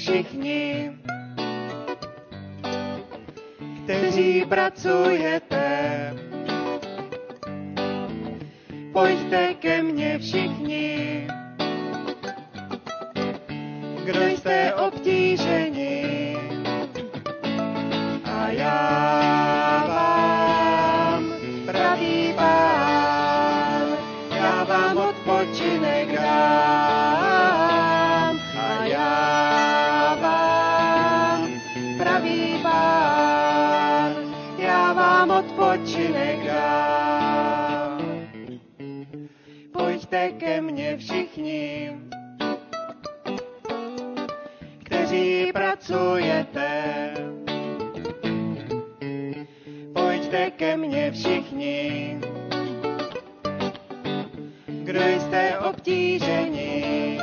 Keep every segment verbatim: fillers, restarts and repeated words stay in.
všichni, kteří pracujete. Pojďte ke mně všichni, kdo jste obtíženi, a já vám, pravý Pán, já vám odpočinek dám. A já vám, pravý Pán, já vám odpočinek dám. Pojďte ke mně všichni, kteří pracujete. Pojďte ke mně všichni, kdo jste obtíženi,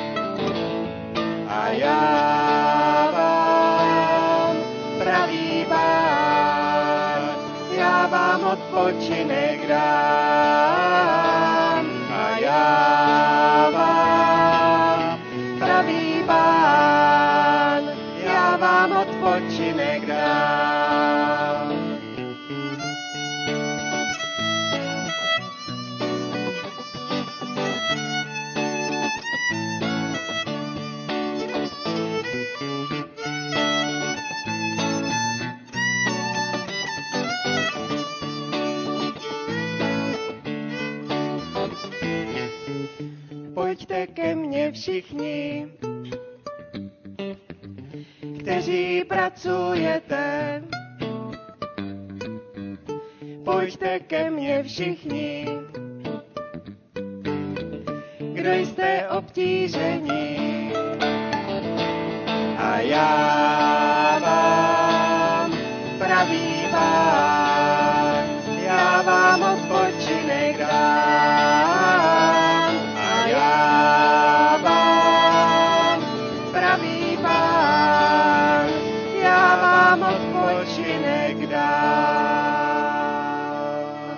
a já vám, pravý Pán, já vám odpočinek dám. A já vám, pravý Pán, já vám odpočinek dám. Pojďte ke mně všichni, kteří pracujete. Pojďte ke mně všichni, kdo jste obtíženi, a já vám, pravý Pán, já vám odpočinek dám. A já vám, pravý Pán, já vám odpočinek dám.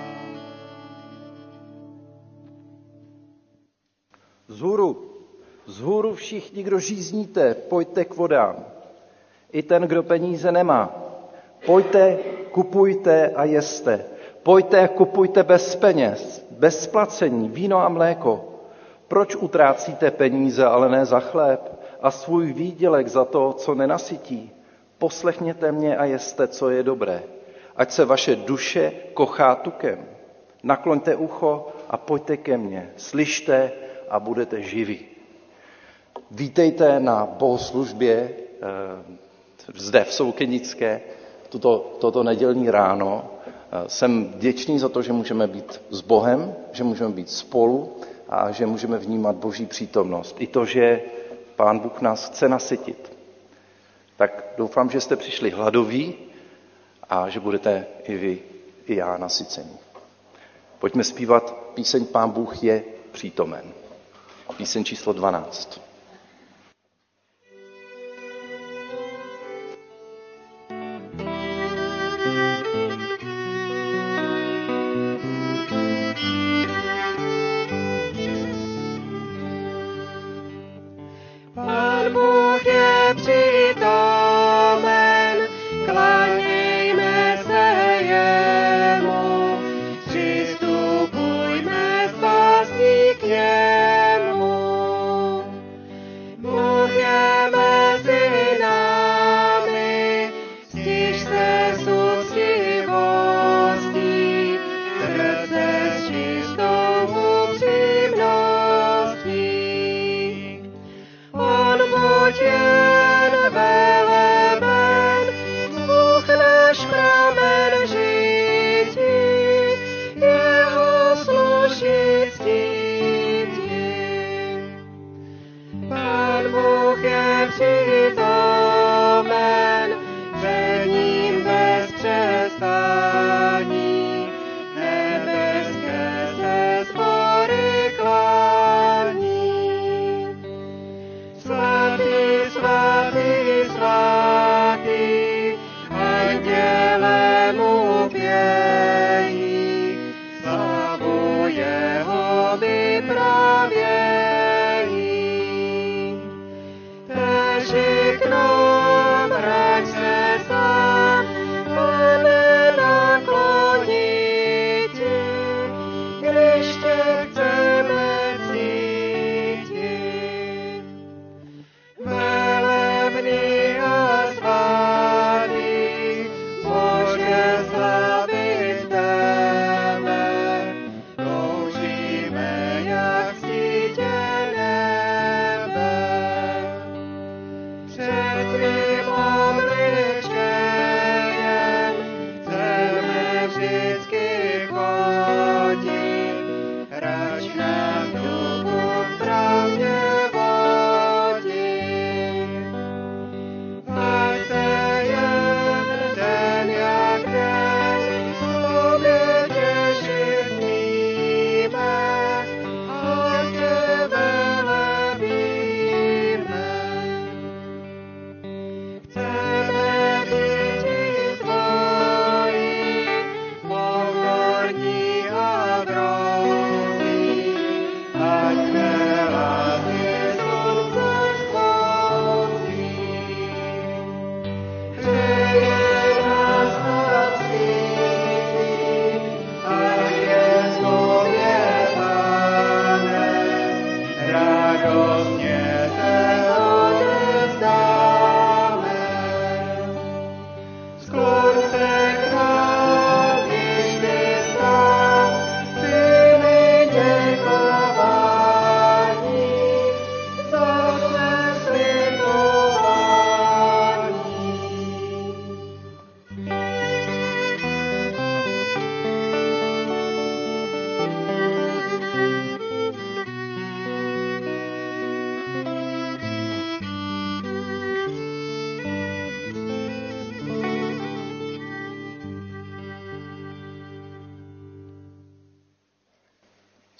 Vzhůru, vzhůru všichni, kdo žízníte, pojďte k vodám. I ten, kdo peníze nemá. Pojďte, kupujte a jeste. Pojďte a kupujte bez peněz, bez splacení, víno a mléko. Proč utrácíte peníze, ale ne za chléb, a svůj výdělek za to, co nenasytí? Poslechněte mě a jeste, co je dobré. Ať se vaše duše kochá tukem. Nakloňte ucho a pojďte ke mně. Slyšte a budete živí. Vítejte na bohoslužbě zde v Soukenické toto, toto nedělní ráno. Jsem vděčný za to, že můžeme být s Bohem, že můžeme být spolu a že můžeme vnímat Boží přítomnost. I to, že Pán Bůh nás chce nasytit. Tak doufám, že jste přišli hladoví a že budete i vy, i já nasycení. Pojďme zpívat píseň Pán Bůh je přítomen. Píseň číslo dvanáct. Pán Bůh je přítomen, klanějme se jemu, přistupujme spásní k němu. Bůh je mezi námi, stiž se s úctivostí, srdce s čistou upřímností. On buď jen ve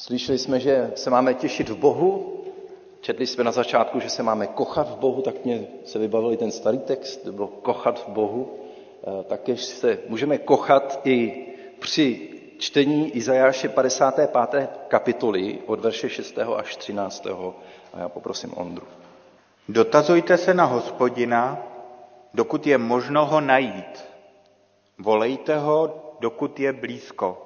Slyšeli jsme, že se máme těšit v Bohu, četli jsme na začátku, že se máme kochat v Bohu, tak mě se vybavil ten starý text, to bylo kochat v Bohu. Také se můžeme kochat i při čtení Izajáše padesáté páté kapitoly od verše šestého až třináctého A já poprosím Ondru. Dotazujte se na Hospodina, dokud je možno ho najít. Volejte ho, dokud je blízko.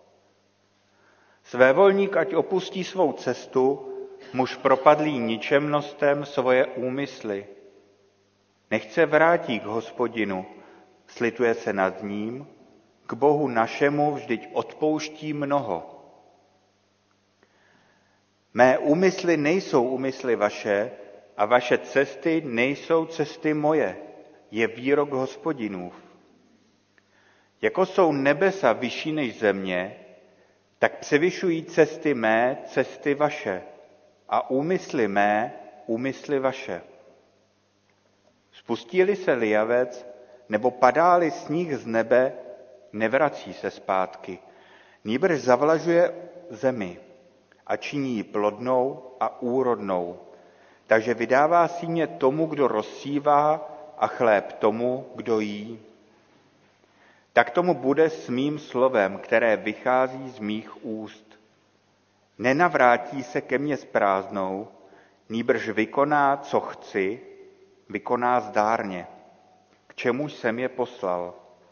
Svévolník ať opustí svou cestu, muž propadlý ničemnostem svoje úmysly. Nechť se vrátí k Hospodinu, slituje se nad ním, k Bohu našemu vždyť odpouští mnoho. Mé úmysly nejsou úmysly vaše a vaše cesty nejsou cesty moje, je výrok Hospodinův. Jako jsou nebesa vyšší než země, tak převyšují cesty mé cesty vaše a úmysly mé úmysly vaše. Spustí-li se lijavec, nebo padá-li sníh z nebe, nevrací se zpátky, nýbrž zavlažuje zemi a činí ji plodnou a úrodnou. Takže vydává símě tomu, kdo rozsívá, a chléb tomu, kdo jí. Tak tomu bude s mým slovem, které vychází z mých úst. Nenavrátí se ke mně s prázdnou, nýbrž vykoná, co chci, vykoná zdárně, k čemuž jsem je poslal.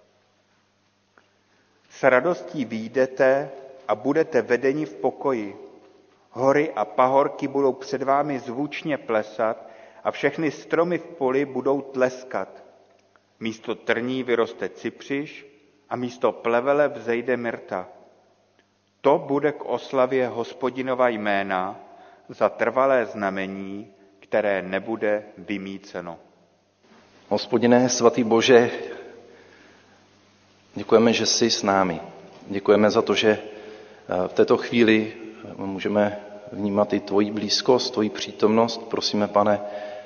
S radostí vyjdete a budete vedeni v pokoji. Hory a pahorky budou před vámi zvučně plesat a všechny stromy v poli budou tleskat. Místo trní vyroste cypřiš a místo plevele vzejde myrta. To bude k oslavě Hospodinova jména za trvalé znamení, které nebude vymýceno. Hospodine, svatý Bože, děkujeme, že jsi s námi. Děkujeme za to, že v této chvíli můžeme vnímat i tvoji blízkost, tvoji přítomnost. Prosíme, Pane,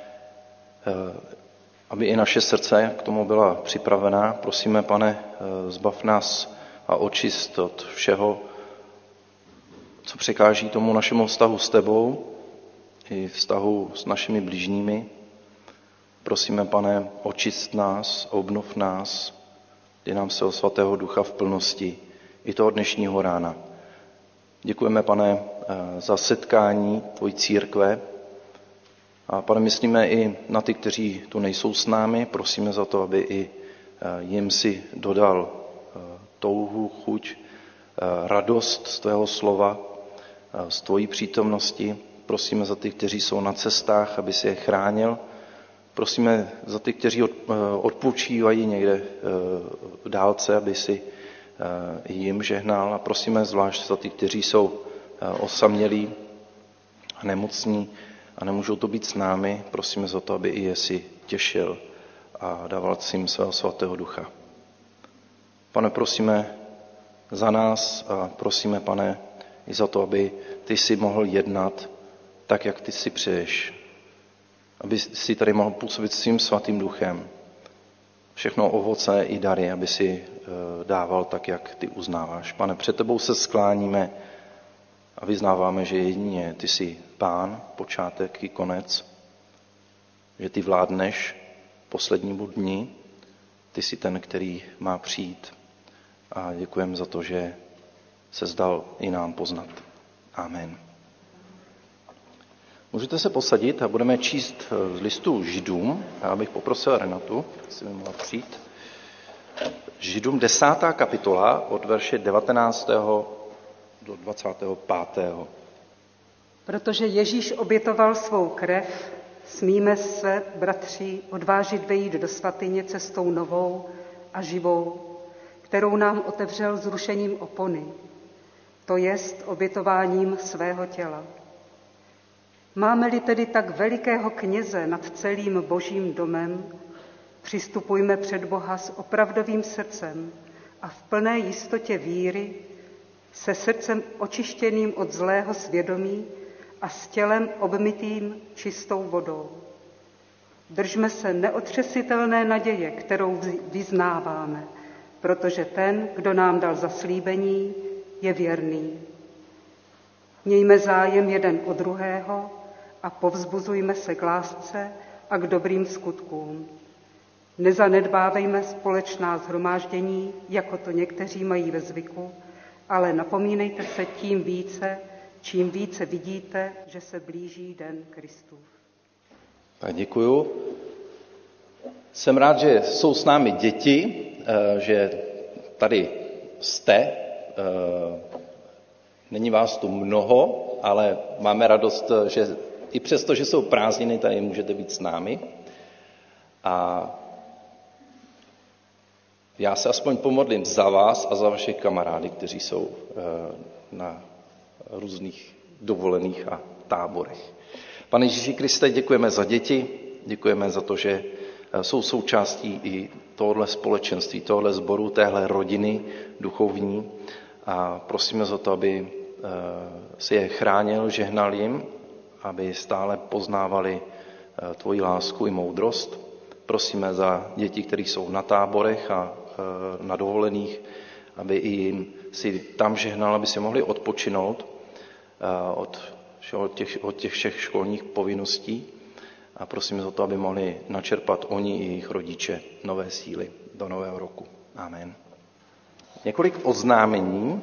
aby i naše srdce k tomu byla připravená. Prosíme, Pane, zbav nás a očist od všeho, co překáží tomu našemu vztahu s tebou i vztahu s našimi bližními. Prosíme, Pane, očist nás, obnov nás, dej nám svého svatého ducha v plnosti i toho dnešního rána. Děkujeme, Pane, za setkání tvojí církve. A Pane, myslíme i na ty, kteří tu nejsou s námi. Prosíme za to, aby i jim si dodal touhu, chuť, radost z tvého slova, z tvojí přítomnosti. Prosíme za ty, kteří jsou na cestách, aby si je chránil. Prosíme za ty, kteří odpočívají někde v dálce, aby si jim žehnal. A prosíme zvlášť za ty, kteří jsou osamělí a nemocní a nemůžou to být s námi. Prosíme za to, aby i je si těšil a dával jim svého svatého ducha. Pane, prosíme za nás a prosíme, Pane, i za to, aby ty si mohl jednat tak, jak ty si přeješ. Aby si tady mohl působit svým svatým duchem. Všechno ovoce i dary, aby si dával tak, jak ty uznáváš. Pane, před tebou se skláníme a vyznáváme, že jedině ty jsi Pán, počátek i konec, že ty vládneš poslednímu dni, ty jsi ten, který má přijít. A děkujeme za to, že se zdal i nám poznat. Amen. Můžete se posadit a budeme číst z listu Židům. Já bych poprosil Renatu, jestli by mohla přijít. Židům desátá kapitola od verše devatenáctého do dvacátého pátého Protože Ježíš obětoval svou krev, smíme se, bratři, odvážit vejít do svatyně cestou novou a živou, kterou nám otevřel zrušením opony, to jest obětováním svého těla. Máme-li tedy tak velikého kněze nad celým božím domem, přistupujme před Boha s opravdovým srdcem a v plné jistotě víry, se srdcem očištěným od zlého svědomí a s tělem obmytým čistou vodou. Držme se neotřesitelné naděje, kterou vyznáváme, protože ten, kdo nám dal zaslíbení, je věrný. Mějme zájem jeden o druhého a povzbuzujme se k lásce a k dobrým skutkům. Nezanedbávejme společná shromáždění, jako to někteří mají ve zvyku, ale napomínejte se tím více, čím více vidíte, že se blíží den Kristův. Tak děkuju. Jsem rád, že jsou s námi děti, že tady jste. Není vás tu mnoho, ale máme radost, že i přesto, že jsou prázdniny, tady můžete být s námi. A já se aspoň pomodlím za vás a za vaše kamarády, kteří jsou na různých dovolených a táborech. Pane Ježíši Kriste, děkujeme za děti, děkujeme za to, že jsou součástí i tohohle společenství, tohohle sboru, téhle rodiny duchovní a prosíme za to, aby si je chránil, žehnal jim, aby stále poznávali tvoji lásku i moudrost. Prosíme za děti, které jsou na táborech a na dovolených, aby i jim si tam žehnal, aby si mohli odpočinout od, od, těch, od těch všech školních povinností. A prosíme za to, aby mohli načerpat oni i jejich rodiče nové síly do nového roku. Amen. Několik oznámení.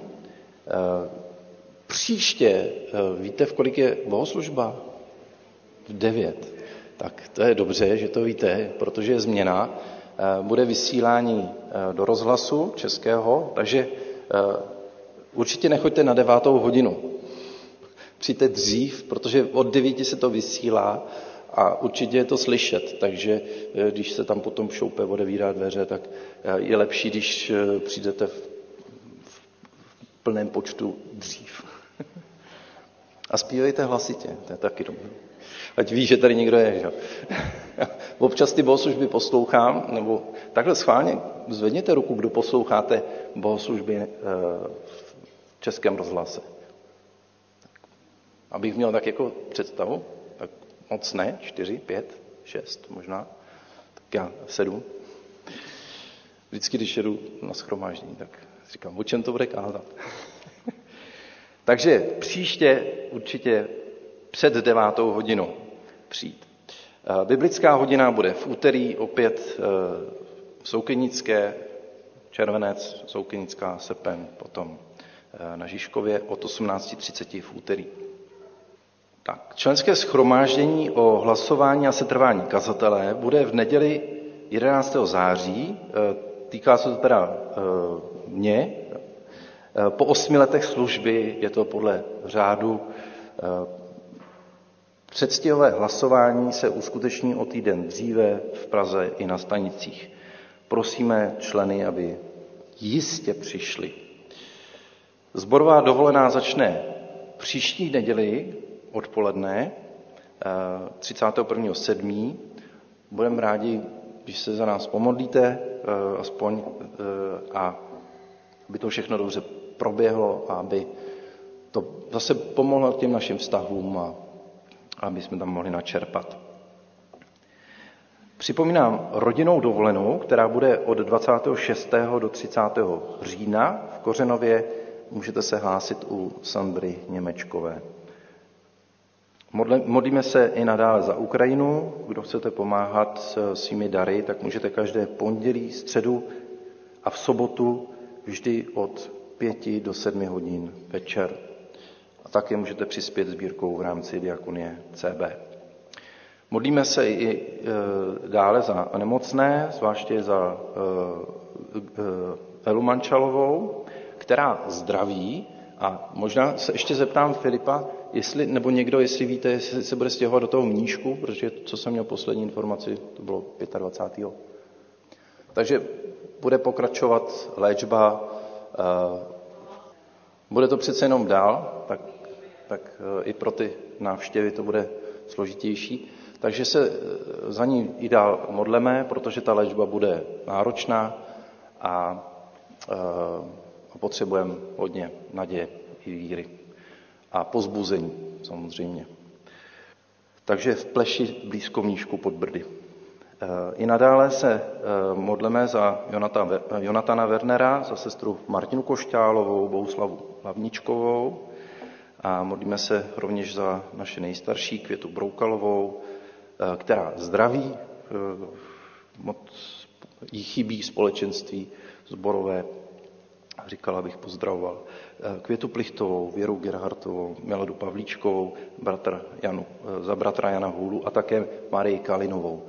Příště, víte, v kolik je bohoslužba? V devět. Tak to je dobře, že to víte, protože je změna. Bude vysílání do rozhlasu českého, takže určitě nechoďte na devátou hodinu. Přijďte dřív, protože od devíti se to vysílá a určitě je to slyšet, takže když se tam potom šoupe, odevírá dveře, tak je lepší, když přijdete v plném počtu dřív. A zpívejte hlasitě, to je taky dobré. Ať ví, že tady někdo je. Že? Občas ty bohoslužby poslouchám, nebo takhle schválně zvedněte ruku, kdo posloucháte bohoslužby v Českém rozhlase. Abych měl tak jako představu, tak moc ne, čtyři, pět, šest možná, tak já sedm. Vždycky, když jedu na shromáždění, tak říkám, o čem to bude kázat. Takže příště určitě před devátou hodinou přijít. Biblická hodina bude v úterý opět v Soukenické, Červenec, Soukenická, Sepen, potom na Žižkově od osmnáct třicet v úterý. Tak, členské shromáždění o hlasování a setrvání kazatele bude v neděli jedenáctého září, týká se to teda mě. Po osmi letech služby je to podle řádu. Předstihové hlasování se uskuteční o týden dříve v Praze i na stanicích. Prosíme členy, aby jistě přišli. Sborová dovolená začne příští neděli odpoledne, třicátého prvního sedmého Budeme rádi, když se za nás pomodlíte, aspoň, a aby to všechno dobře proběhlo a aby to zase pomohlo těm našim vztahům a aby jsme tam mohli načerpat. Připomínám rodinnou dovolenou, která bude od dvacátého šestého do třicátého října v Kořenově. Můžete se hlásit u Sandry Němečkové. Modlíme se i nadále za Ukrajinu. Kdo chcete pomáhat svými dary, tak můžete každé pondělí, středu a v sobotu vždy od pěti do sedmi hodin večer. A také můžete přispět sbírkou v rámci diakonie C B. Modlíme se i dále za nemocné, zvláště za Elu Mančalovou, která zdraví. A možná se ještě zeptám Filipa, jestli, nebo někdo, jestli víte, jestli se bude stěhovat do toho Mníšku, protože co jsem měl poslední informaci, to bylo dvacátého pátého Takže bude pokračovat léčba. Bude to přece jenom dál, tak, tak i pro ty návštěvy to bude složitější. Takže se za ní i dál modleme, protože ta léčba bude náročná a, a potřebujeme hodně naděje i víry a pozbuzení samozřejmě. Takže v Pleši blízko Mníšku pod Brdy. I nadále se modleme za Jonatana Wernera, za sestru Martinu Košťálovou, Bohuslavu Lavničkovou A modlíme se rovněž za naše nejstarší Květu Broukalovou, která zdraví, moc jí chybí společenství sborové, říkala, abych pozdravoval Květu Plichtovou, Věru Gerhartovou, Milodu Pavlíčkovou, bratra Janu, za bratra Jana Hůlu a také Marii Kalinovou.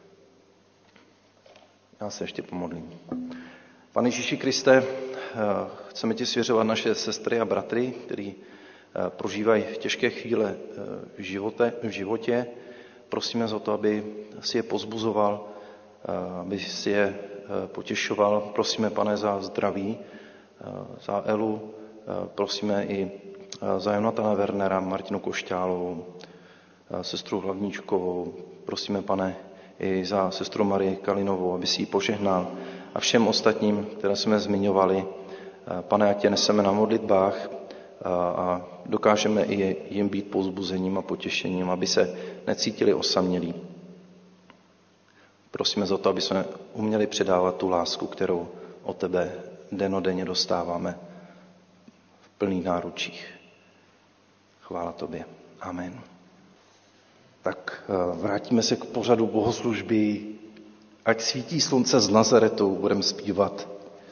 Já se ještě pomodlím. Pane Ježíši Kriste, chceme ti svěřovat naše sestry a bratry, kteří prožívají těžké chvíle v, živote, v životě. Prosíme za to, aby si je pozbuzoval, aby si je potěšoval. Prosíme, Pane, za zdraví, za Elu, prosíme i za Jonatana Wernera, Martinu Košťálovou, sestru Hlavníčkovou. Prosíme, Pane, i za sestru Marii Kalinovou, aby si ji požehnal. A všem ostatním, které jsme zmiňovali, Pane, ať tě neseme na modlitbách a dokážeme i jim být povzbuzením a potěšením, aby se necítili osamělí. Prosíme za to, aby jsme uměli předávat tu lásku, kterou od tebe dennodenně dostáváme v plných náručích. Chvála tobě. Amen. Tak vrátíme se k pořadu bohoslužby. Ať svítí slunce z Nazaretu, budeme zpívat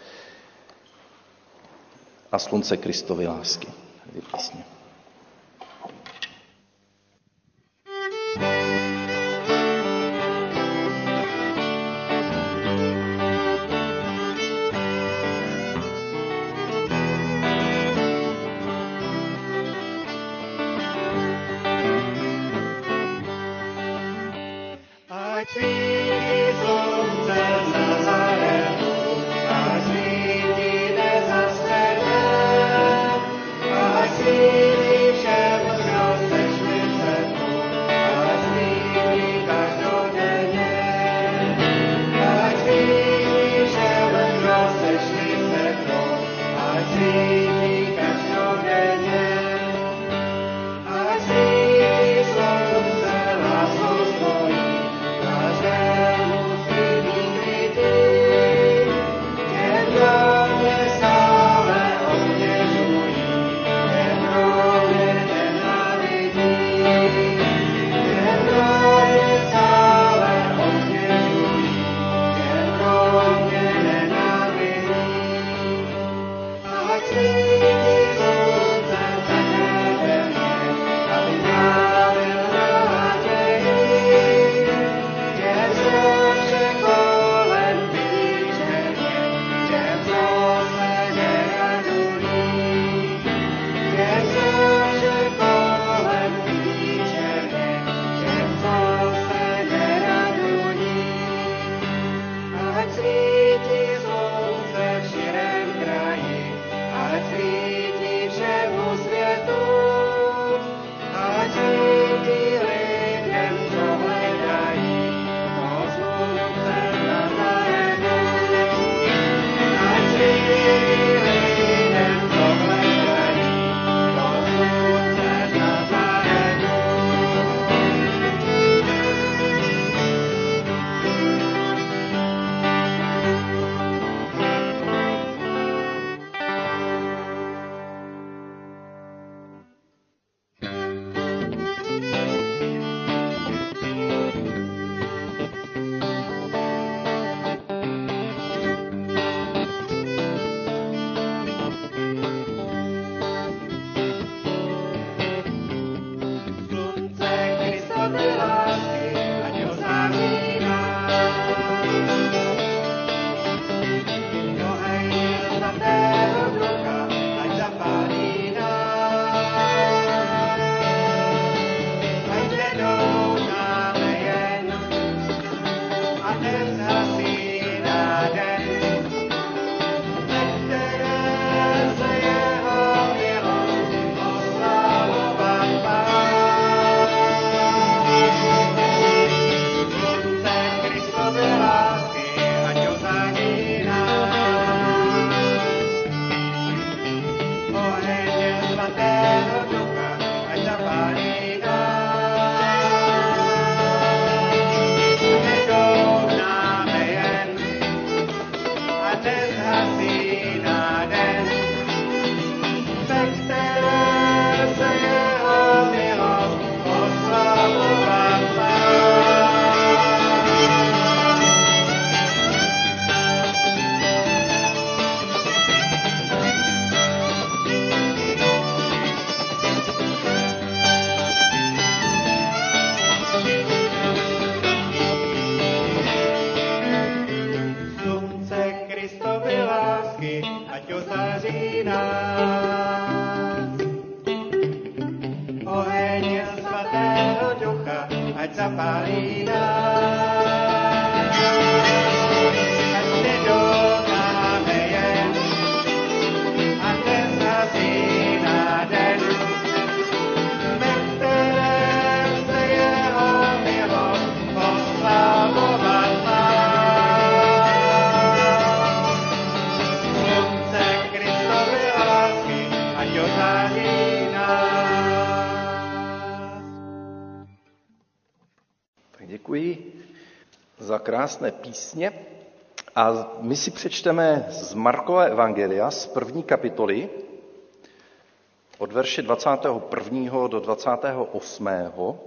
a slunce Kristovy lásky. Písně. za krásné písně. A my si přečteme z Markova evangelia z první kapitoly od verše dvacátého prvního do dvacátého osmého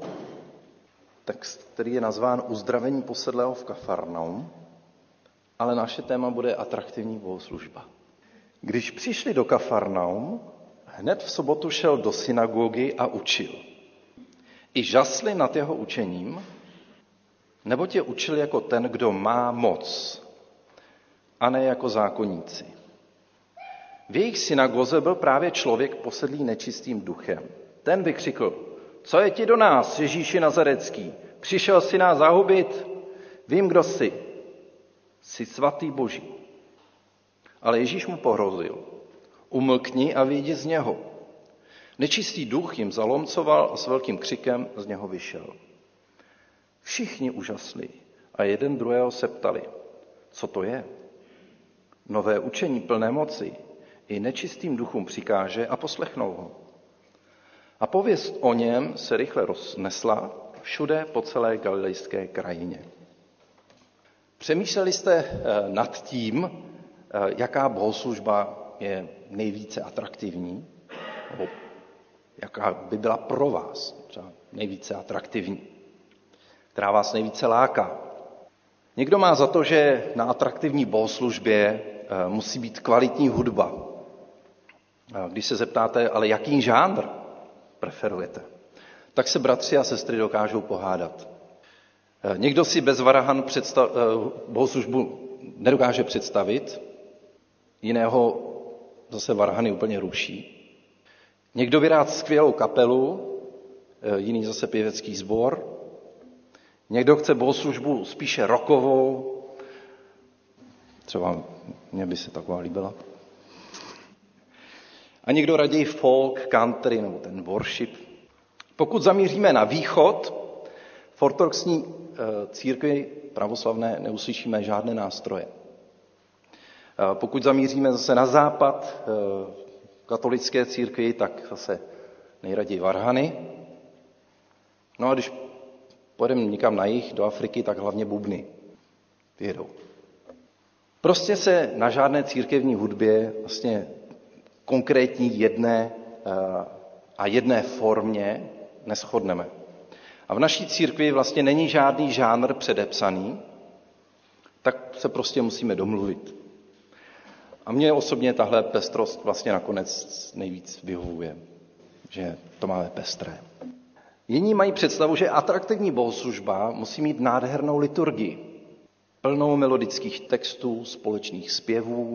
text, který je nazván Uzdravení posedlého v Kafarnaum, ale naše téma bude atraktivní bohoslužba. Když přišli do Kafarnaum, hned v sobotu šel do synagogy a učil. I žasli nad jeho učením, neboť je učil jako ten, kdo má moc, a ne jako zákonníci. V jejich synagoze byl právě člověk posedlý nečistým duchem. Ten vykřikl: Co je ti do nás, Ježíši Nazarecký? Přišel si nás zahubit? Vím, kdo jsi. Jsi svatý Boží. Ale Ježíš mu pohrozil: Umlkni a vyjdi z něho. Nečistý duch jim zalomcoval a s velkým křikem z něho vyšel. Všichni úžasli a jeden druhého se ptali: Co to je? Nové učení plné moci i nečistým duchům přikáže a poslechnou ho. A pověst o něm se rychle roznesla všude po celé galilejské krajině. Přemýšleli jste nad tím, jaká bohoslužba je nejvíce atraktivní? Nebo jaká by byla pro vás třeba nejvíce atraktivní? Která vás nejvíce láká? Někdo má za to, že na atraktivní bohoslužbě musí být kvalitní hudba. Když se zeptáte, ale jaký žánr preferujete, tak se bratři a sestry dokážou pohádat. Někdo si bez varhan představ, bohoslužbu nedokáže představit, jiného zase varhany úplně ruší. Někdo by rád skvělou kapelu, jiný zase pěvecký sbor. Někdo chce bohoslužbu spíše rockovou, třeba mně by se taková líbila. A někdo raději folk, country nebo ten worship. Pokud zamíříme na východ, v ortodoxní církvi pravoslavné neuslyšíme žádné nástroje. Pokud zamíříme zase na západ, katolické církvi, tak zase nejraději varhany. No a když pojedeme někam na jih, do Afriky, tak hlavně bubny. Ty jedou. Prostě se na žádné církevní hudbě vlastně konkrétní jedné a jedné formě neshodneme. A v naší církvi vlastně není žádný žánr předepsaný, tak se prostě musíme domluvit. A mně osobně tahle pestrost vlastně nakonec nejvíc vyhovuje, že to máme pestré. Jiní mají představu, že atraktivní bohoslužba musí mít nádhernou liturgii, plnou melodických textů, společných zpěvů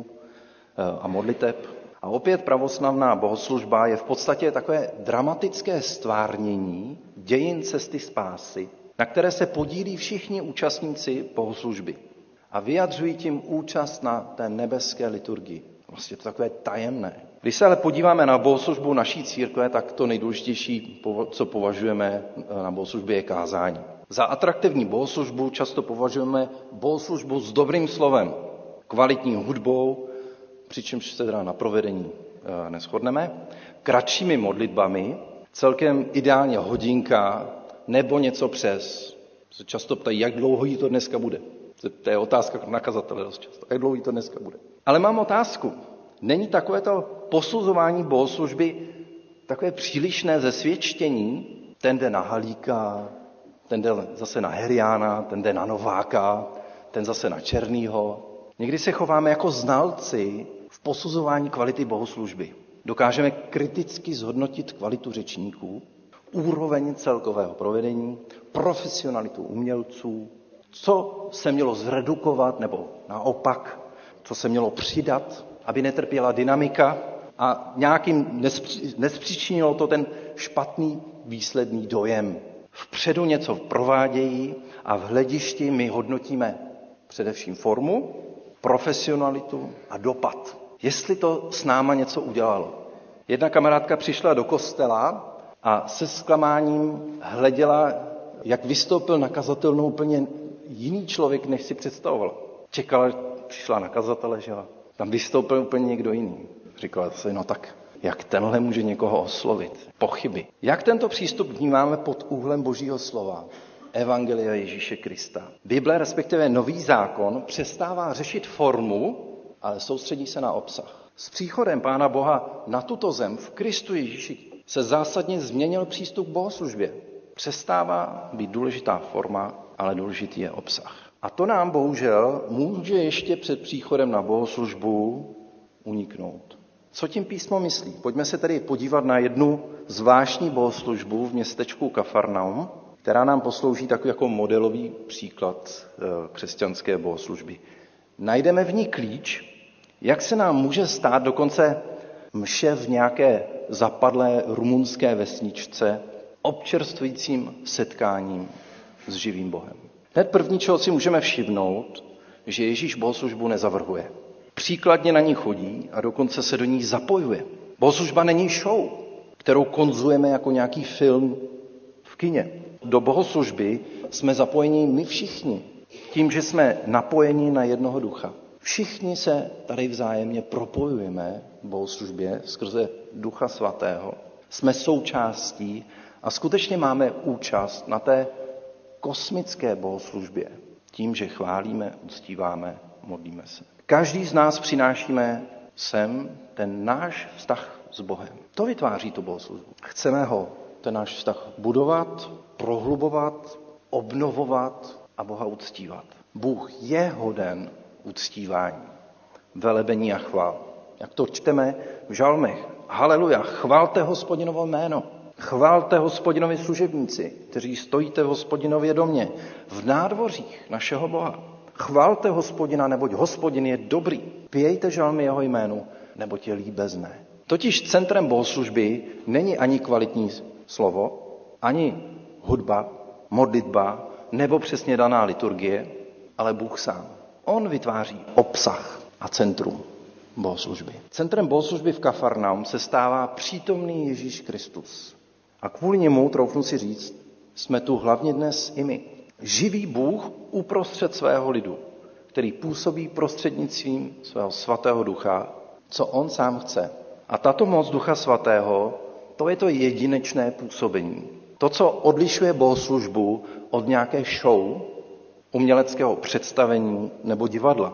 a modliteb. A opět pravoslavná bohoslužba je v podstatě takové dramatické stvárnění dějin cesty spásy, na které se podílí všichni účastníci bohoslužby a vyjadřují tím účast na té nebeské liturgii. Vlastně to takové tajemné. Když se ale podíváme na bohoslužbu naší církve, tak to nejdůležitější, co považujeme na bohoslužbě, je kázání. Za atraktivní bohoslužbu často považujeme bohoslužbu s dobrým slovem, kvalitní hudbou, přičemž se teda na provedení neshodneme, kratšími modlitbami, celkem ideálně hodinka nebo něco přes. Se často ptají, jak dlouho to dneska bude. To je otázka na kazatele dost často. Jak dlouho to dneska bude. Ale mám otázku. Není takovéto posuzování bohoslužby takové přílišné zesvědčení? Ten jde na Halíka, ten jde zase na Heriána, ten jde na Nováka, ten zase na Černýho. Někdy se chováme jako znalci v posuzování kvality bohoslužby. Dokážeme kriticky zhodnotit kvalitu řečníků, úroveň celkového provedení, profesionalitu umělců, co se mělo zredukovat nebo naopak, co se mělo přidat, aby netrpěla dynamika a nějakým nespříčinilo to ten špatný výsledný dojem. Vpředu něco provádějí a v hledišti my hodnotíme především formu, profesionalitu a dopad. Jestli to s náma něco udělalo. Jedna kamarádka přišla do kostela a se zklamáním hleděla, jak vystoupil na kazatelnou úplně jiný člověk, než si představovala. Čekala, přišla na kazatele, že tam vystoupil úplně někdo jiný. Říkala si, no tak, jak tenhle může někoho oslovit? Pochyby. Jak tento přístup vnímáme pod úhlem Božího slova? Evangelia Ježíše Krista. Bible, respektive Nový zákon, přestává řešit formu, ale soustředí se na obsah. S příchodem Pána Boha na tuto zem v Kristu Ježíši se zásadně změnil přístup k bohoslužbě. Přestává být důležitá forma, ale důležitý je obsah. A to nám bohužel může ještě před příchodem na bohoslužbu uniknout. Co tím písmo myslí? Pojďme se tedy podívat na jednu zvláštní bohoslužbu v městečku Kafarnaum, která nám poslouží takový jako modelový příklad křesťanské bohoslužby. Najdeme v ní klíč, jak se nám může stát dokonce mše v nějaké zapadlé rumunské vesničce občerstvujícím setkáním s živým Bohem. Hned první, čeho si můžeme všimnout, že Ježíš bohoslužbu nezavrhuje. Příkladně na ní chodí a dokonce se do ní zapojuje. Bohoslužba není show, kterou konzumujeme jako nějaký film v kině. Do bohoslužby jsme zapojeni my všichni, tím, že jsme napojeni na jednoho ducha. Všichni se tady vzájemně propojujeme v bohoslužbě skrze Ducha Svatého. Jsme součástí a skutečně máme účast na té kosmické bohoslužbě. Tím, že chválíme, uctíváme, modlíme se. Každý z nás přinášíme sem ten náš vztah s Bohem. To vytváří tu bohoslužbu. Chceme ho, ten náš vztah budovat, prohlubovat, obnovovat a Boha uctívat. Bůh je hoden uctívání, velebení a chvál. Jak to čteme v žalmech. Haleluja, chvalte Hospodinovo jméno. Chvalte Hospodinovi služebníci, kteří stojíte v Hospodinově domě, v nádvořích našeho Boha. Chvalte Hospodina, neboť Hospodin je dobrý. Pějte žalmy jeho jménu, neboť je líbezné. Totiž centrem bohoslužby není ani kvalitní slovo, ani hudba, modlitba, nebo přesně daná liturgie, ale Bůh sám. On vytváří obsah a centrum bohoslužby. Centrem bohoslužby v Kafarnaum se stává přítomný Ježíš Kristus. A kvůli němu, troufnu si říct, jsme tu hlavně dnes i my. Živý Bůh uprostřed svého lidu, který působí prostřednictvím svého svatého ducha, co on sám chce. A tato moc Ducha Svatého, to je to jedinečné působení. To, co odlišuje bohoslužbu od nějaké show, uměleckého představení nebo divadla.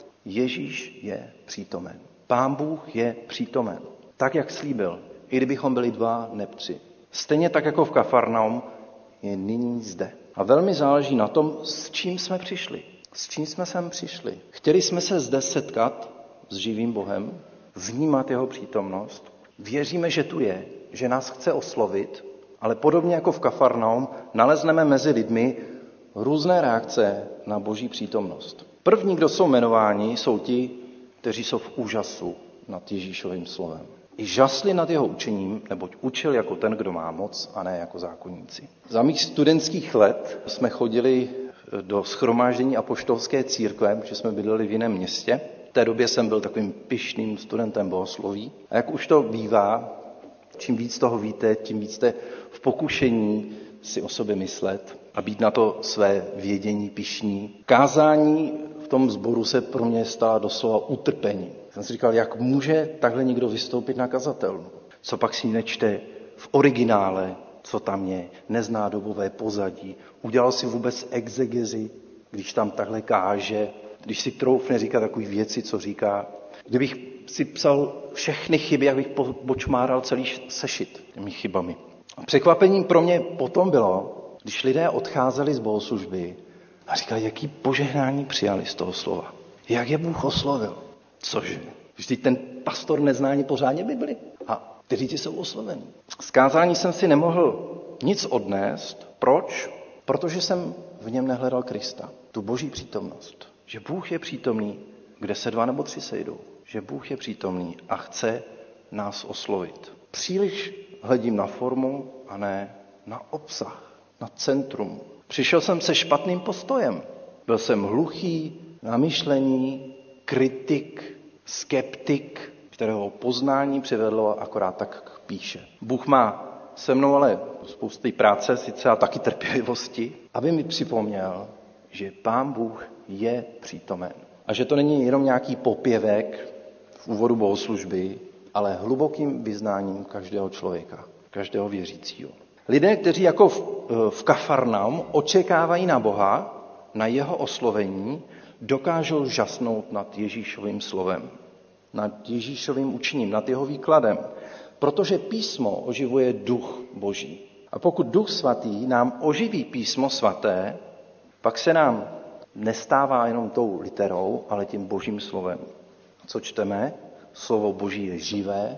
Ježíš je přítomen. Pán Bůh je přítomen. Tak, jak slíbil, i kdybychom byli dva nebo tři. Stejně tak, jako v Kafarnaum, je nyní zde. A velmi záleží na tom, s čím jsme přišli. S čím jsme sem přišli. Chtěli jsme se zde setkat s živým Bohem, vnímat jeho přítomnost. Věříme, že tu je, že nás chce oslovit, ale podobně jako v Kafarnaum nalezneme mezi lidmi různé reakce na Boží přítomnost. První, kdo jsou jmenováni, jsou ti, kteří jsou v úžasu nad Ježíšovým slovem. I žasli nad jeho učením, neboť učil jako ten, kdo má moc, a ne jako zákonníci. Za mých studentských let jsme chodili do shromáždění apoštolské církve, protože jsme bydleli v jiném městě. V té době jsem byl takovým pyšným studentem bohosloví. A jak už to bývá, čím víc toho víte, tím víc jste v pokušení si o sobě myslet a být na to své vědění pyšní. Kázání v tom sboru se pro mě stala doslova utrpení. Jsem si říkal, jak může takhle někdo vystoupit na kazatelnu. Co pak si nečte v originále, co tam je, nezná dobové pozadí, udělal si vůbec exegezi, když tam takhle káže, když si troufne říkat takové věci, co říká. Kdybych si psal všechny chyby, jak bych počmáral celý sešit těmi chybami. A překvapením pro mě potom bylo, když lidé odcházeli z bohoslužby a říkali, jaký požehnání přijali z toho slova. Jak je Bůh oslovil. Cože? Vždyť ten pastor nezná ani pořádně Bibli. A kteří ti jsou oslovení. Z kázání jsem si nemohl nic odnést. Proč? Protože jsem v něm nehledal Krista. Tu Boží přítomnost. Že Bůh je přítomný, kde se dva nebo tři sejdou. Že Bůh je přítomný a chce nás oslovit. Příliš hledím na formu a ne na obsah, na centrum. Přišel jsem se špatným postojem. Byl jsem hluchý na myšlení, kritik, skeptik, kterého poznání přivedlo akorát tak k píše. Bůh má se mnou ale spousty práce, sice a taky trpělivosti, aby mi připomněl, že Pán Bůh je přítomen. A že to není jenom nějaký popěvek v úvodu bohoslužby, ale hlubokým vyznáním každého člověka, každého věřícího. Lidé, kteří jako v, v Kafarnaum očekávají na Boha, na jeho oslovení, dokážou žasnout nad Ježíšovým slovem, nad Ježíšovým učením, nad jeho výkladem, protože písmo oživuje duch Boží. A pokud Duch Svatý nám oživí písmo svaté, pak se nám nestává jenom tou literou, ale tím Božím slovem. Co čteme? Slovo Boží je živé,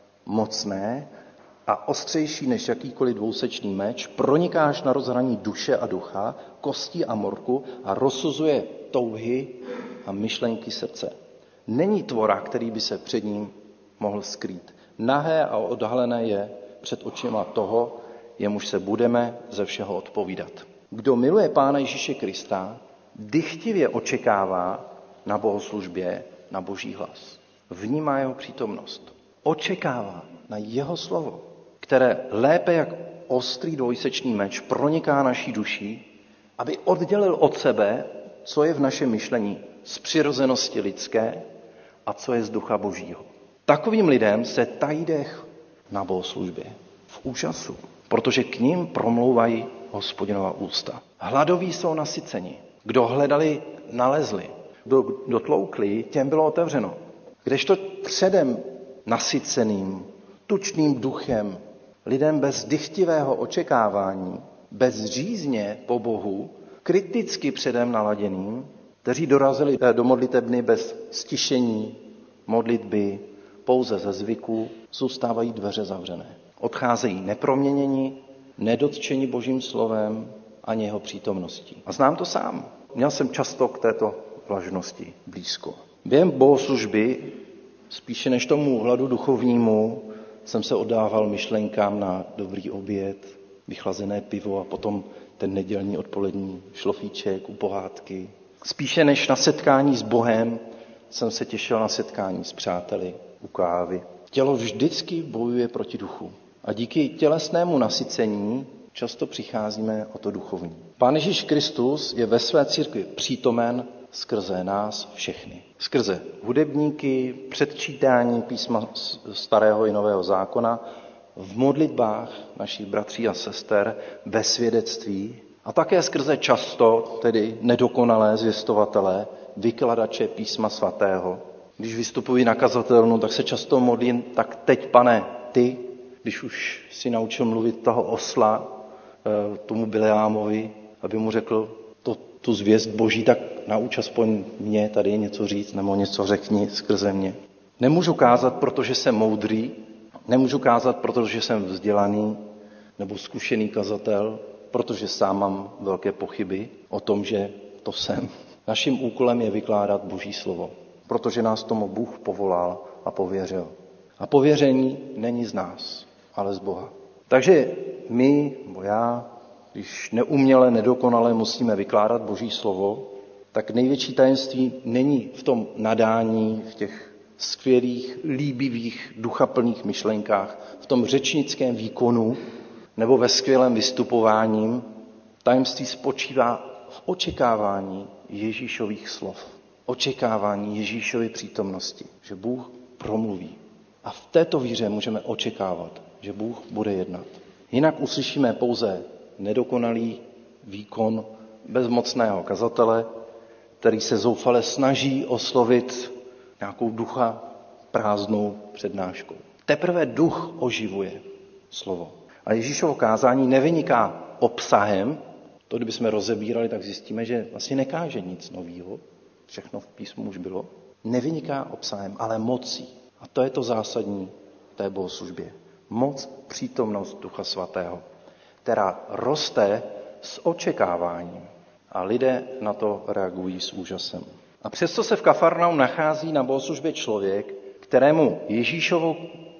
mocné a ostřejší než jakýkoliv dvousečný meč, proniká až na rozhraní duše a ducha, kostí a morku a rozsuzuje touhy a myšlenky srdce. Není tvora, který by se před ním mohl skrýt. Nahé a odhalené je před očima toho, jemuž se budeme ze všeho odpovídat. Kdo miluje Pána Ježíše Krista, dychtivě očekává na bohoslužbě na Boží hlas. Vnímá jeho přítomnost. Očekává na jeho slovo, které lépe jak ostrý dvojsečný meč proniká naší duší, aby oddělil od sebe, co je v našem myšlení z přirozenosti lidské a co je z ducha Božího. Takovým lidem se tají dech na bohoslužbě v úžasu, protože k ním promlouvají Hospodinova ústa. Hladoví jsou nasyceni. Kdo hledali, nalezli. Kdo dotloukli, těm bylo otevřeno. Kdežto předem nasyceným, tučným duchem, lidem bez dychtivého očekávání, bez řízně po Bohu, kriticky předem naladěným, kteří dorazili do modlitebny bez stišení, modlitby, pouze ze zvyku, zůstávají dveře zavřené. Odcházejí neproměněni, nedotčeni Božím slovem ani jeho přítomností. A znám to sám. Měl jsem často k této vlažnosti blízko. Během bohoslužby, spíše než tomu hladu duchovnímu, jsem se oddával myšlenkám na dobrý oběd, vychlazené pivo a potom ten nedělní odpolední šlofíček u pohádky. Spíše než na setkání s Bohem jsem se těšil na setkání s přáteli u kávy. Tělo vždycky bojuje proti duchu. A díky tělesnému nasycení často přicházíme o to duchovní. Pán Ježíš Kristus je ve své církvi přítomen skrze nás všechny. Skrze hudebníky, předčítání písma starého i nového zákona, v modlitbách našich bratří a sester, ve svědectví a také skrze často, tedy nedokonalé zvěstovatele, vykladače písma svatého. Když vystupuji na kazatelnu, tak se často modlím, tak teď, Pane, ty, když už si naučil mluvit toho osla, tomu Bileámovi, aby mu řekl to, tu zvěst Boží, tak nauč aspoň mě tady něco říct, nebo něco řekni skrze mě. Nemůžu kázat, protože jsem moudrý, nemůžu kázat, protože jsem vzdělaný nebo zkušený kazatel, protože sám mám velké pochyby o tom, že to jsem. Naším úkolem je vykládat Boží slovo, protože nás tomu Bůh povolal a pověřil. A pověření není z nás, ale z Boha. Takže my, nebo já, když neuměle, nedokonale musíme vykládat Boží slovo, tak největší tajemství není v tom nadání, v těch skvělých, líbivých, duchaplných myšlenkách, v tom řečnickém výkonu nebo ve skvělém vystupování. Tajemství spočívá v očekávání Ježíšových slov, očekávání Ježíšovy přítomnosti, že Bůh promluví. A v této víře můžeme očekávat, že Bůh bude jednat. Jinak uslyšíme pouze nedokonalý výkon bezmocného kazatele, který se zoufale snaží oslovit nějakou ducha prázdnou přednáškou. Teprve duch oživuje slovo. A Ježíšovo kázání nevyniká obsahem, to kdybychom rozebírali, tak zjistíme, že vlastně nekáže nic nového, všechno v písmu už bylo. Nevyniká obsahem, ale mocí. A to je to zásadní v té bohoslužbě. Moc, přítomnost Ducha Svatého, která roste s očekáváním. A lidé na to reagují s úžasem. A přesto se v Kafarnaum nachází na bohoslužbě člověk, kterému Ježíšovo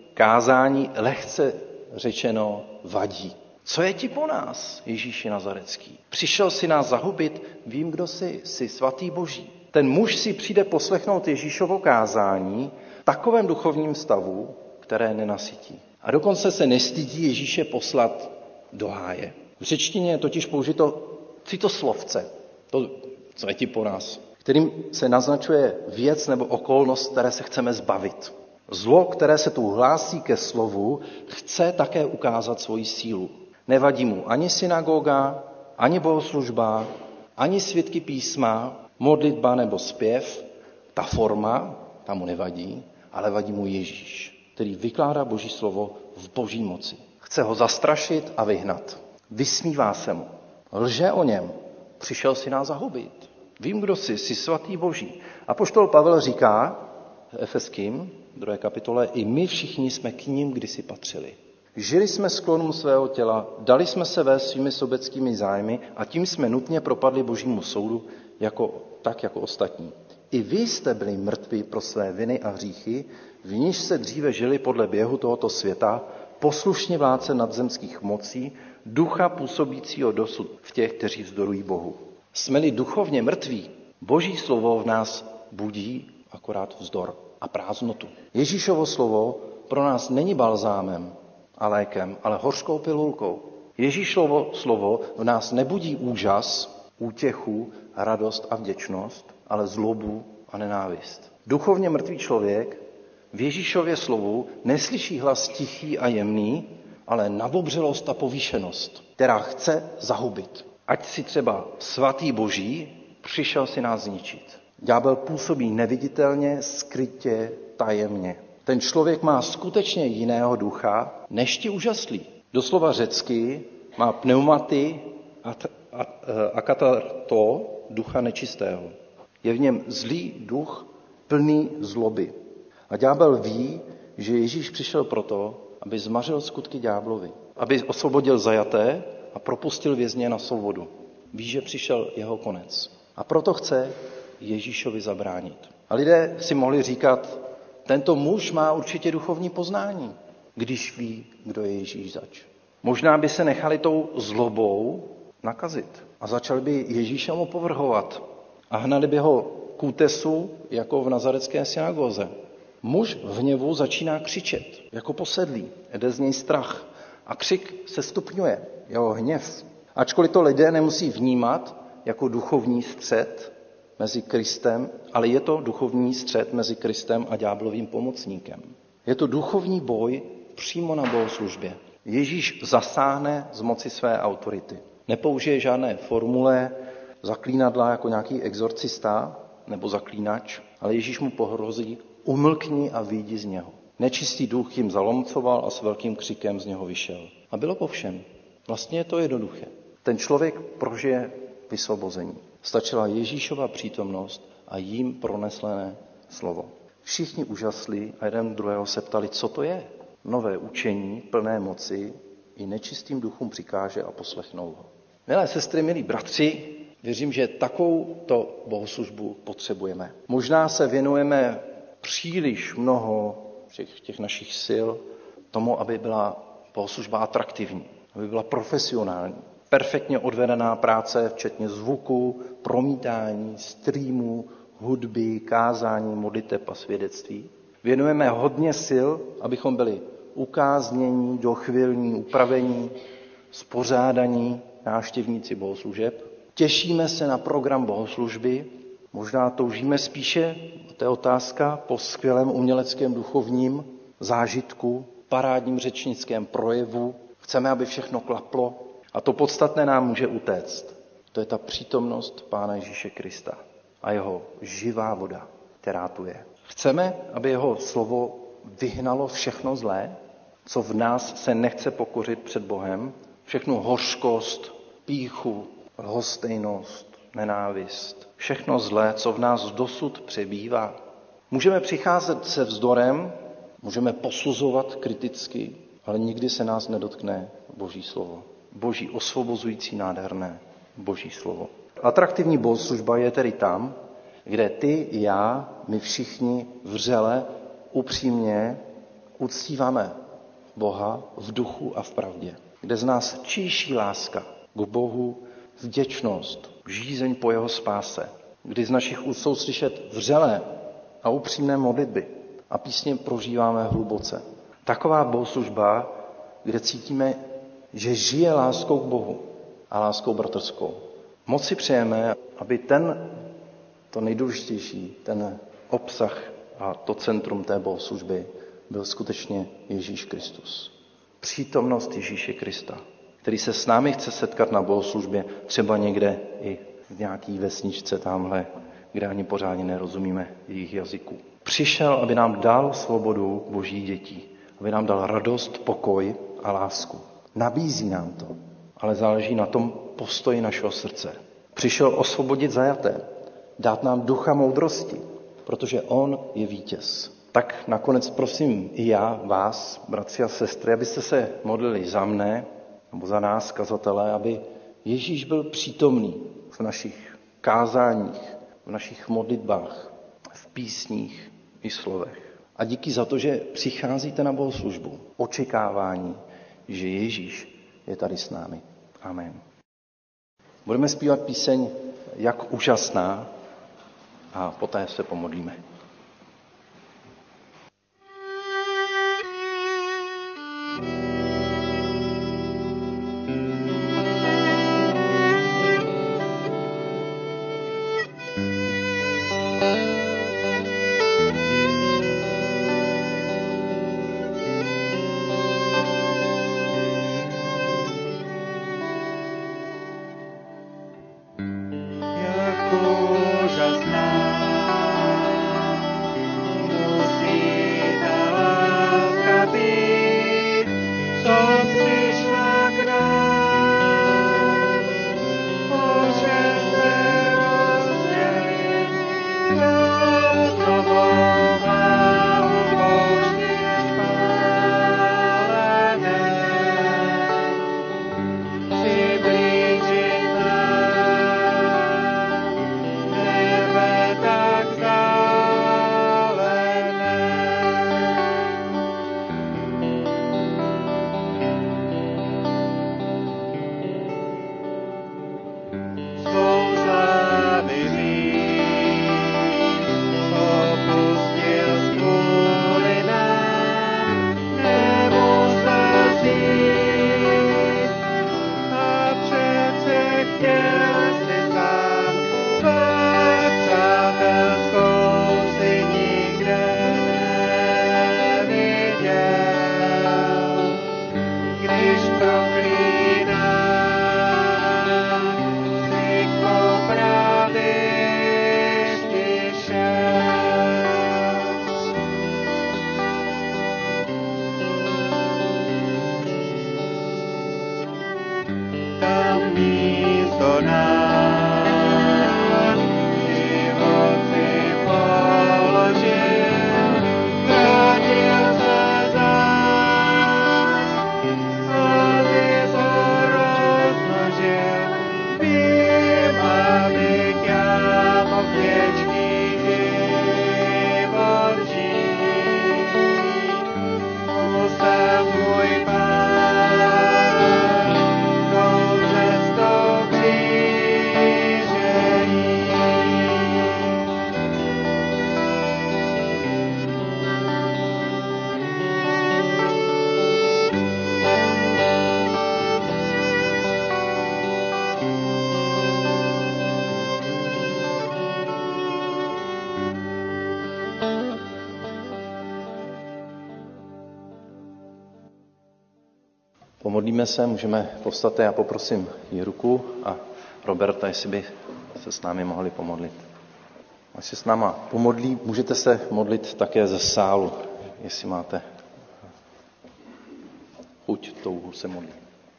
kázání lehce řečeno vadí. Co je ti po nás, Ježíši Nazarecký? Přišel si nás zahubit, vím, kdo jsi, jsi svatý Boží. Ten muž si přijde poslechnout Ježíšovo kázání v takovém duchovním stavu, které nenasytí. A dokonce se nestydí Ježíše poslat do háje. V řečtině je totiž použito citoslovce, to, co je ti po nás, kterým se naznačuje věc nebo okolnost, které se chceme zbavit. Zlo, které se tu hlásí ke slovu, chce také ukázat svoji sílu. Nevadí mu ani synagoga, ani bohoslužba, ani svědky písma, modlitba nebo zpěv. Ta forma, ta mu nevadí, ale vadí mu Ježíš, který vykládá Boží slovo v Boží moci. Chce ho zastrašit a vyhnat. Vysmívá se mu. Lže o něm. Přišel si nás zahubit. Vím, kdo jsi, jsi svatý Boží. Apoštol Pavel říká Efeským, druhé kapitole, i my všichni jsme k ním kdysi patřili. Žili jsme sklonům svého těla, dali jsme se vést svými sobeckými zájmy a tím jsme nutně propadli Božímu soudu jako, tak jako ostatní. I vy jste byli mrtví pro své viny a hříchy, v níž se dříve žili podle běhu tohoto světa, poslušně vládce nadzemských mocí, ducha působícího dosud v těch, kteří vzdorují Bohu. Jsme-li duchovně mrtví, Boží slovo v nás budí akorát vzdor a prázdnotu. Ježíšovo slovo pro nás není balzámem a lékem, ale hořkou pilulkou. Ježíšovo slovo v nás nebudí úžas, útěchu, radost a vděčnost, ale zlobu a nenávist. Duchovně mrtvý člověk v Ježíšově slovu neslyší hlas tichý a jemný, ale nabobřelost a povýšenost, která chce zahubit. Ať si třeba svatý Boží přišel si nás zničit. Ďábel působí neviditelně, skrytě, tajemně. Ten člověk má skutečně jiného ducha, než ti úžaslí. Doslova řecky má pneumaty a, a, a katarto, ducha nečistého. Je v něm zlý duch, plný zloby. A ďábel ví, že Ježíš přišel proto, aby zmařil skutky ďáblovi, aby osvobodil zajaté a propustil vězně na svobodu. Ví, že přišel jeho konec. A proto chce Ježíšovi zabránit. A lidé si mohli říkat, tento muž má určitě duchovní poznání, když ví, kdo je Ježíš zač. Možná by se nechali tou zlobou nakazit a začali by Ježíšem opovrhovat a hnali by ho k útesu, jako v nazarecké synagoze. Muž v hněvu začíná křičet, jako posedlý, jde z něj strach a křik se stupňuje, jeho hněv. Ačkoliv to lidé nemusí vnímat jako duchovní střet mezi Kristem, ale je to duchovní střet mezi Kristem a ďáblovým pomocníkem. Je to duchovní boj přímo na bohoslužbě. Ježíš zasáhne z moci své autority. Nepoužije žádné formule, zaklínadla jako nějaký exorcista nebo zaklínač, ale Ježíš mu pohrozí, umlkni a vyjdi z něho. Nečistý duch jim zalomcoval a s velkým křikem z něho vyšel. A bylo po všem. Vlastně je to jednoduché. Ten člověk prožije vysvobození. Stačila Ježíšova přítomnost a jím proneslené slovo. Všichni úžasli a jeden druhého se ptali, co to je. Nové učení, plné moci, i nečistým duchům přikáže a poslechnou ho. Milé sestry, milí bratři, věřím, že takovouto bohoslužbu potřebujeme. Možná se věnujeme příliš mnoho všech těch našich sil tomu, aby byla bohoslužba atraktivní, aby byla profesionální. Perfektně odvedená práce, včetně zvuku, promítání, streamů, hudby, kázání, modliteb a svědectví. Věnujeme hodně sil, abychom byli ukáznění, dochvilní, upravení, spořádaní návštěvníci bohoslužeb. Těšíme se na program bohoslužby, možná toužíme spíše, to je otázka, po skvělém uměleckém duchovním zážitku, parádním řečnickém projevu. Chceme, aby všechno klaplo a to podstatné nám může utéct. To je ta přítomnost Pána Ježíše Krista a jeho živá voda, která tu je. Chceme, aby jeho slovo vyhnalo všechno zlé, co v nás se nechce pokořit před Bohem, všechnu hořkost, pýchu, lhostejnost, nenávist, všechno zlé, co v nás dosud přebývá. Můžeme přicházet se vzdorem, můžeme posuzovat kriticky, ale nikdy se nás nedotkne Boží slovo. Boží osvobozující, nádherné Boží slovo. Atraktivní bohoslužba je tedy tam, kde ty, já, my všichni vřele, upřímně uctíváme Boha v duchu a v pravdě. Kde z nás číší láska k Bohu, vděčnost, žízeň po jeho spáse. Kdy z našich úst jsou slyšet vřelé a upřímné modlitby a písně prožíváme hluboce. Taková bohoslužba, kde cítíme, že žije láskou k Bohu a láskou bratrskou. Moc si přejeme, aby ten, to nejdůležitější, ten obsah a to centrum té bohoslužby byl skutečně Ježíš Kristus. Přítomnost Ježíše Krista. který se s námi chce setkat na bohoslužbě, třeba někde i v nějaký vesničce tamhle, kde ani pořádně nerozumíme jejich jazyku. Přišel, aby nám dal svobodu božích dětí, aby nám dal radost, pokoj a lásku. Nabízí nám to, ale záleží na tom postoji našeho srdce. Přišel osvobodit zajaté, dát nám ducha moudrosti, protože on je vítěz. Tak nakonec prosím i já, vás, bratři a sestry, abyste se modlili za mne, nebo za nás, kazatelé, aby Ježíš byl přítomný v našich kázáních, v našich modlitbách, v písních i slovech. A díky za to, že přicházíte na bohoslužbu. Očekávání, že Ježíš je tady s námi. Amen. Budeme zpívat píseň Jak úžasná a poté se pomodlíme. Pomodlíme se, můžeme povstat, já poprosím Jiruku a Roberta, jestli by se s námi mohli pomodlit. Až se s náma pomodlí, můžete se modlit také ze sálu, jestli máte chuť, touhu se modlit.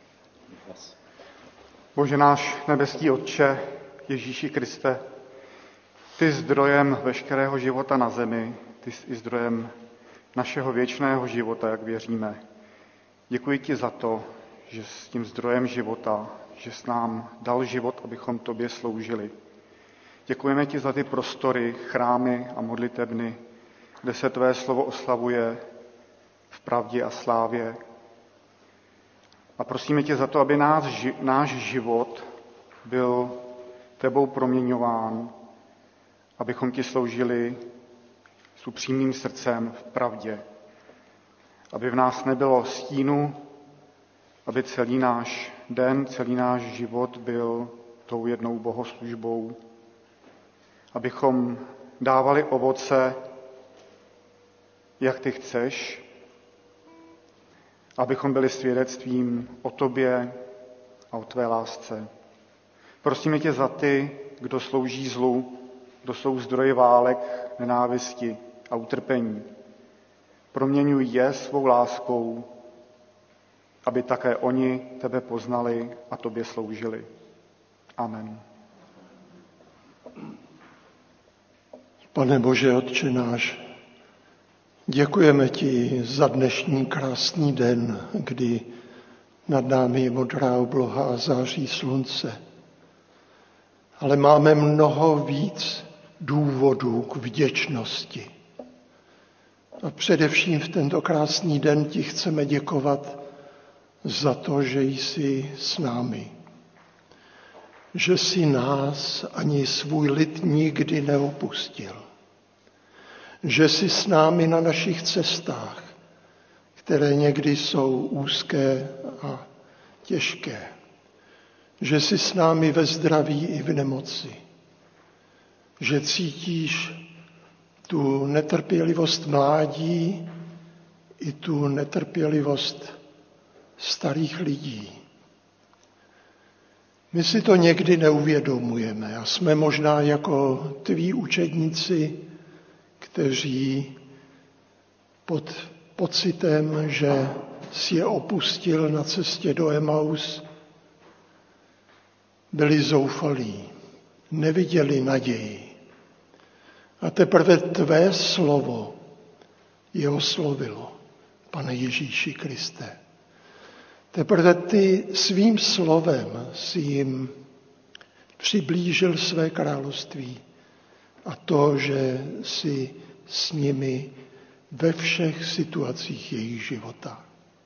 Bože náš nebeský Otče, Ježíši Kriste, ty zdrojem veškerého života na zemi, ty jsi i zdrojem našeho věčného života, jak věříme. Děkuji ti za to, že s tím zdrojem života, že jsi nám dal život, abychom tobě sloužili. Děkujeme ti za ty prostory, chrámy a modlitebny, kde se tvé slovo oslavuje v pravdě a slávě. A prosíme tě za to, aby náš, náš život byl tebou proměňován, abychom ti sloužili s upřímným srdcem v pravdě. Aby v nás nebylo stínu, aby celý náš den, celý náš život byl tou jednou bohoslužbou. Abychom dávali ovoce, jak ty chceš, abychom byli svědectvím o tobě a o tvé lásce. Prosíme tě za ty, kdo slouží zlu, kdo jsou zdroji válek, nenávisti a utrpení. Proměňuj je svou láskou, aby také oni tebe poznali a tobě sloužili. Amen. Pane Bože, Otče náš, děkujeme ti za dnešní krásný den, kdy nad námi je modrá obloha a září slunce. Ale máme mnoho víc důvodů k vděčnosti. A především v tento krásný den ti chceme děkovat za to, že jsi s námi. Že jsi nás ani svůj lid nikdy neopustil. Že jsi s námi na našich cestách, které někdy jsou úzké a těžké. Že jsi s námi ve zdraví i v nemoci. Že cítíš tu netrpělivost mládí i tu netrpělivost starých lidí. My si to někdy neuvědomujeme a jsme možná jako tví učedníci, kteří pod pocitem, že si je opustil na cestě do Emaus, byli zoufalí, neviděli naději. A teprve tvé slovo je oslovilo, Pane Ježíši Kriste. Teprve ty svým slovem si jim přiblížil své království a to, že si s nimi ve všech situacích jejich života.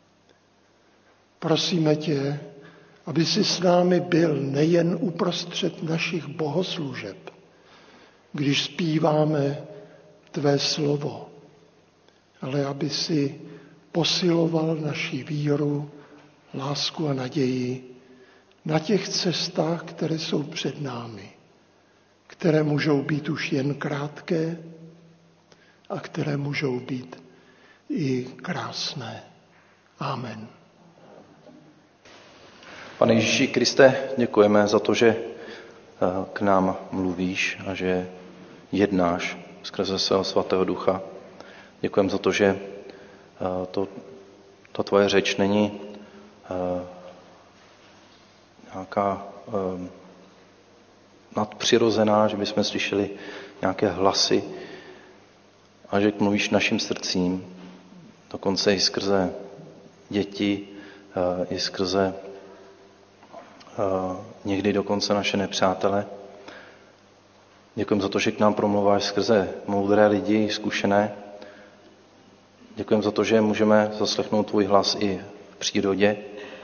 Prosíme tě, aby si s námi byl nejen uprostřed našich bohoslužeb, když zpíváme tvé slovo, ale aby si posiloval naši víru, lásku a naději na těch cestách, které jsou před námi, které můžou být už jen krátké a které můžou být i krásné. Amen. Pane Ježíši Kriste, děkujeme za to, že k nám mluvíš a že jednáš skrze svého svatého ducha. Děkujeme za to, že to, to tvoje řeč není nějaká nadpřirozená, že bychom slyšeli nějaké hlasy a že mluvíš naším srdcím, dokonce i skrze děti, i skrze někdy dokonce naše nepřátele. Děkujeme za to, že k nám promluváš skrze moudré lidi, zkušené. Děkujeme za to, že můžeme zaslechnout tvůj hlas i v přírodě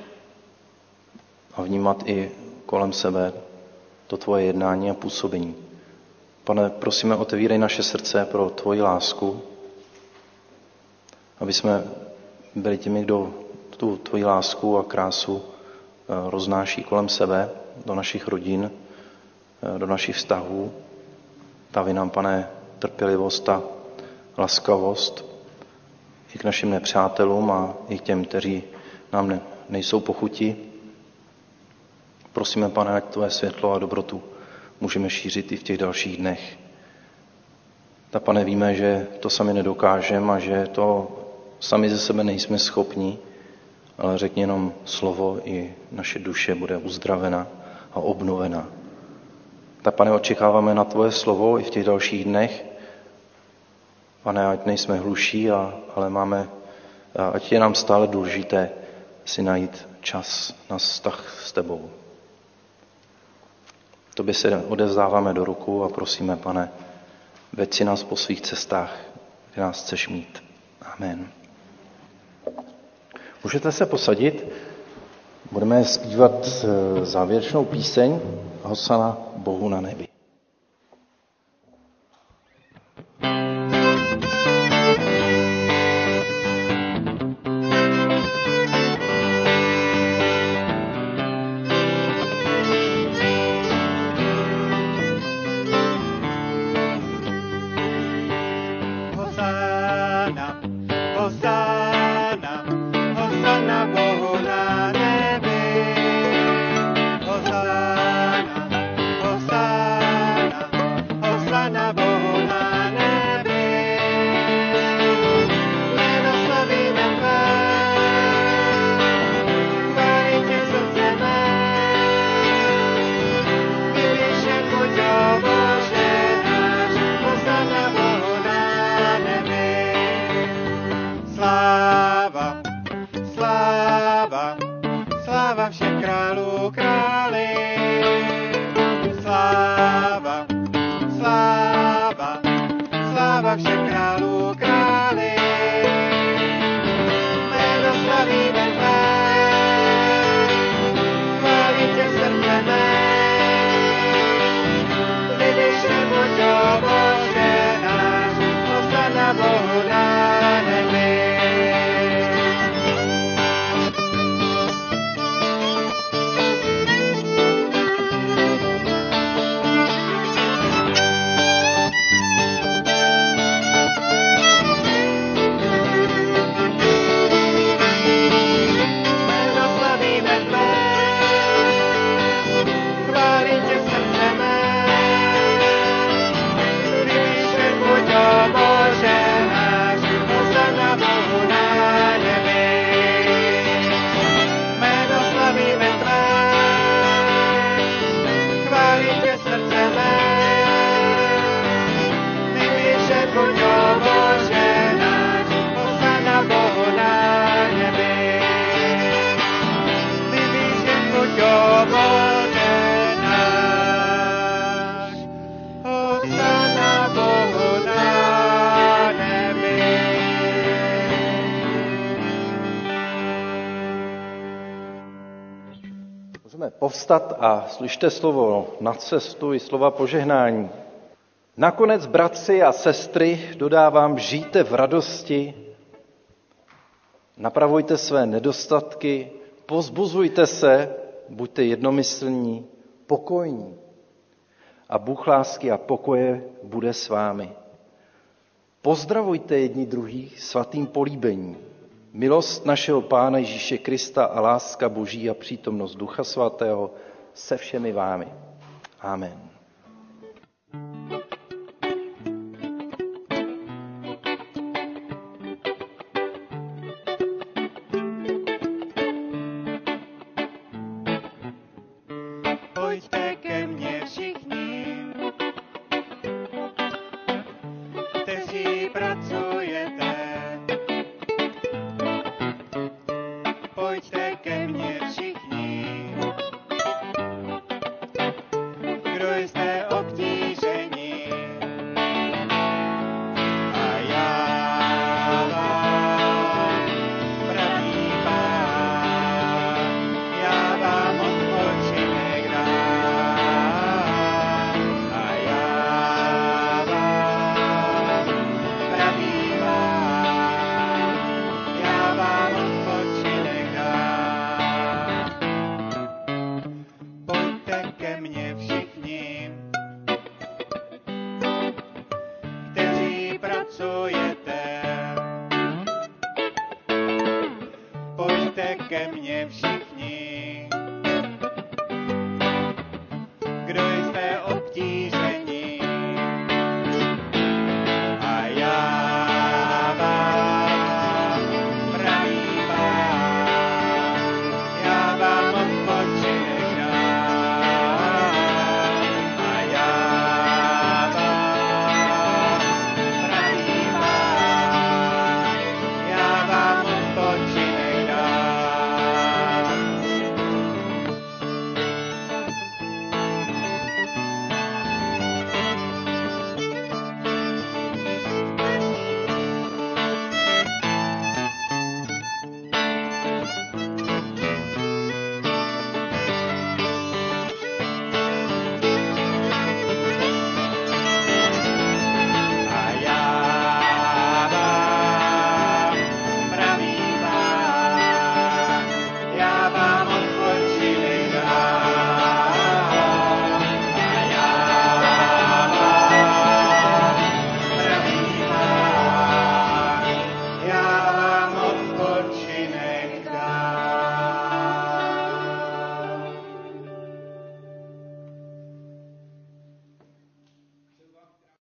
a vnímat i kolem sebe to tvoje jednání a působení. Pane, prosíme, otevírej naše srdce pro tvoji lásku, aby jsme byli těmi, kdo tu tvoji lásku a krásu roznáší kolem sebe, do našich rodin, do našich vztahů. Davi nám, Pane, trpělivost a laskavost i k našim nepřátelům a i k těm, kteří nám ne, nejsou po chuti. Prosíme, Pane, ať tvoje světlo a dobrotu můžeme šířit i v těch dalších dnech. Tak, Pane, víme, že to sami nedokážeme a že to sami ze sebe nejsme schopni, ale řekni jenom slovo, i naše duše bude uzdravena a obnovena. Tak, Pane, očekáváme na tvoje slovo i v těch dalších dnech. Pane, ať nejsme hluší, a, ale máme, ať je nám stále důležité si najít čas na vztah s tebou. Tobě se odevzdáváme do ruku a prosíme, Pane, veď si nás po svých cestách, kde nás chceš mít. Amen. Můžete se posadit, budeme zpívat závěrečnou píseň Hosana Bohu na nebi. Hosana, Hosana Bohu na nebi. a všech králů králi. Jméno slavíme tvé, chválí tě srdce mé. Vyvyšen buď, o Bože náš, hosana Bohu na nebi. Povstat a slyšte slovo na cestu i slova požehnání. Nakonec, bratři a sestry, dodávám, žijte v radosti, napravujte své nedostatky, povzbuzujte se, buďte jednomyslní, pokojní a Bůh lásky a pokoje bude s vámi. Pozdravujte jedni druhý svatým políbením. Milost našeho Pána Ježíše Krista a láska Boží a přítomnost Ducha Svatého se všemi vámi. Amen. Pojďte ke mně všichni, kteří pracujete. Pojďte ke mně všichni, kdo jste obtíženi, a já vám, pravý Pán, já vám odpočinek dám, a já vám, pravý Pán, já vám odpočinek dám. Pojďte ke mně všichni, kteří pracujete. Pojďte ke mně všichni,